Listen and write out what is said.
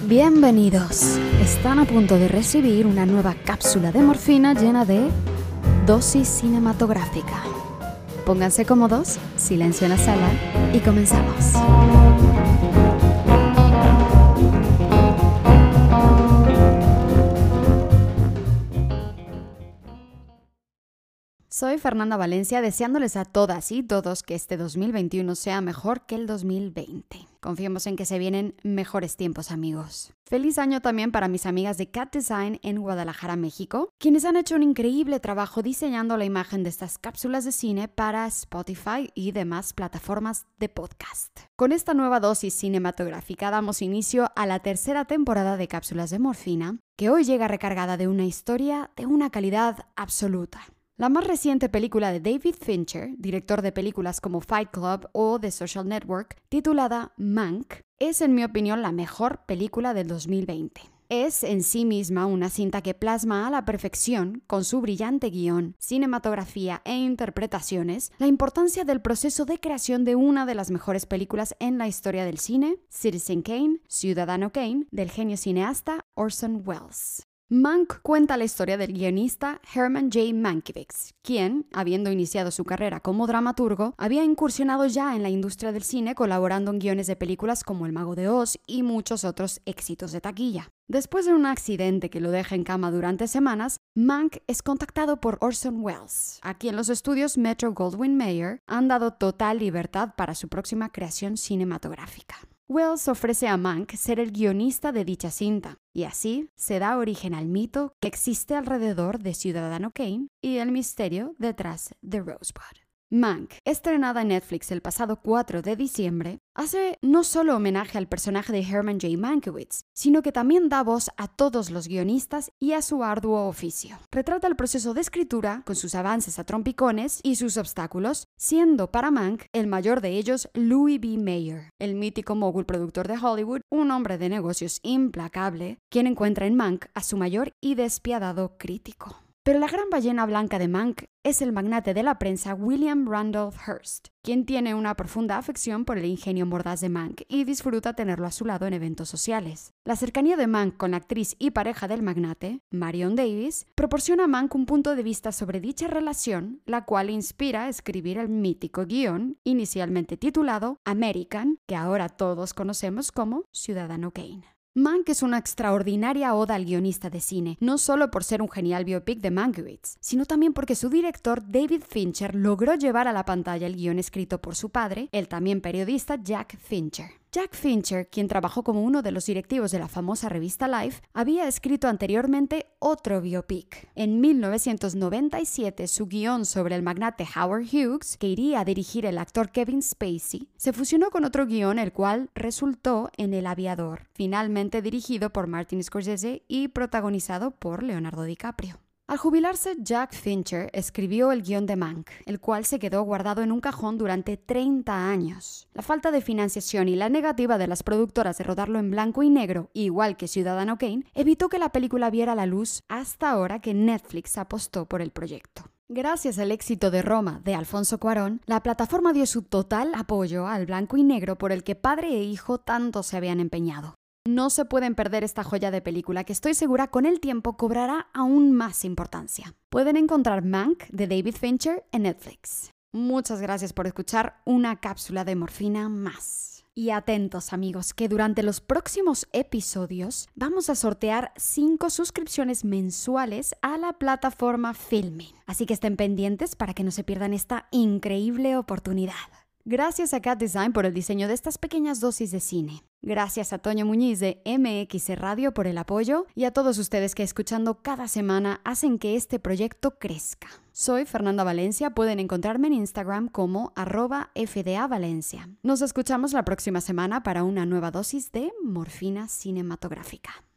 Bienvenidos. Están a punto de recibir una nueva cápsula de morfina llena de dosis cinematográfica. Pónganse cómodos, silencio en la sala y comenzamos. Soy Fernanda Valencia, deseándoles a todas y todos que este 2021 sea mejor que el 2020. Confiemos en que se vienen mejores tiempos, amigos. Feliz año también para mis amigas de Cat Design en Guadalajara, México, quienes han hecho un increíble trabajo diseñando la imagen de estas cápsulas de cine para Spotify y demás plataformas de podcast. Con esta nueva dosis cinematográfica damos inicio a la tercera temporada de Cápsulas de Morfina, que hoy llega recargada de una historia de una calidad absoluta. La más reciente película de David Fincher, director de películas como Fight Club o The Social Network, titulada Mank, es en mi opinión la mejor película del 2020. Es en sí misma una cinta que plasma a la perfección, con su brillante guión, cinematografía e interpretaciones, la importancia del proceso de creación de una de las mejores películas en la historia del cine, Citizen Kane, Ciudadano Kane, del genio cineasta Orson Welles. Mank cuenta la historia del guionista Herman J. Mankiewicz, quien, habiendo iniciado su carrera como dramaturgo, había incursionado ya en la industria del cine colaborando en guiones de películas como El Mago de Oz y muchos otros éxitos de taquilla. Después de un accidente que lo deja en cama durante semanas, Mank es contactado por Orson Welles, a quien los estudios Metro-Goldwyn-Mayer han dado total libertad para su próxima creación cinematográfica. Welles ofrece a Mank ser el guionista de dicha cinta, y así se da origen al mito que existe alrededor de Ciudadano Kane y el misterio detrás de Rosebud. Mank, estrenada en Netflix el pasado 4 de diciembre, hace no solo homenaje al personaje de Herman J. Mankiewicz, sino que también da voz a todos los guionistas y a su arduo oficio. Retrata el proceso de escritura, con sus avances a trompicones y sus obstáculos, siendo para Mank el mayor de ellos Louis B. Mayer, el mítico mogul productor de Hollywood, un hombre de negocios implacable, quien encuentra en Mank a su mayor y despiadado crítico. Pero la gran ballena blanca de Mank es el magnate de la prensa William Randolph Hearst, quien tiene una profunda afección por el ingenio mordaz de Mank y disfruta tenerlo a su lado en eventos sociales. La cercanía de Mank con la actriz y pareja del magnate, Marion Davies, proporciona a Mank un punto de vista sobre dicha relación, la cual inspira a escribir el mítico guión, inicialmente titulado American, que ahora todos conocemos como Ciudadano Kane. Mank es una extraordinaria oda al guionista de cine, no solo por ser un genial biopic de Mankiewicz, sino también porque su director David Fincher logró llevar a la pantalla el guión escrito por su padre, el también periodista Jack Fincher. Jack Fincher, quien trabajó como uno de los directivos de la famosa revista Life, había escrito anteriormente otro biopic. En 1997, su guión sobre el magnate Howard Hughes, que iría a dirigir el actor Kevin Spacey, se fusionó con otro guión, el cual resultó en El Aviador, finalmente dirigido por Martin Scorsese y protagonizado por Leonardo DiCaprio. Al jubilarse, Jack Fincher escribió el guión de Mank, el cual se quedó guardado en un cajón durante 30 años. La falta de financiación y la negativa de las productoras de rodarlo en blanco y negro, igual que Ciudadano Kane, evitó que la película viera la luz hasta ahora que Netflix apostó por el proyecto. Gracias al éxito de Roma de Alfonso Cuarón, la plataforma dio su total apoyo al blanco y negro por el que padre e hijo tanto se habían empeñado. No se pueden perder esta joya de película que estoy segura con el tiempo cobrará aún más importancia. Pueden encontrar Mank de David Fincher en Netflix. Muchas gracias por escuchar una cápsula de morfina más. Y atentos, amigos, que durante los próximos episodios vamos a sortear 5 suscripciones mensuales a la plataforma Filmin. Así que estén pendientes para que no se pierdan esta increíble oportunidad. Gracias a Cat Design por el diseño de estas pequeñas dosis de cine. Gracias a Toño Muñiz de MX Radio por el apoyo y a todos ustedes que escuchando cada semana hacen que este proyecto crezca. Soy Fernanda Valencia, pueden encontrarme en Instagram como @FDAValencia. Nos escuchamos la próxima semana para una nueva dosis de morfina cinematográfica.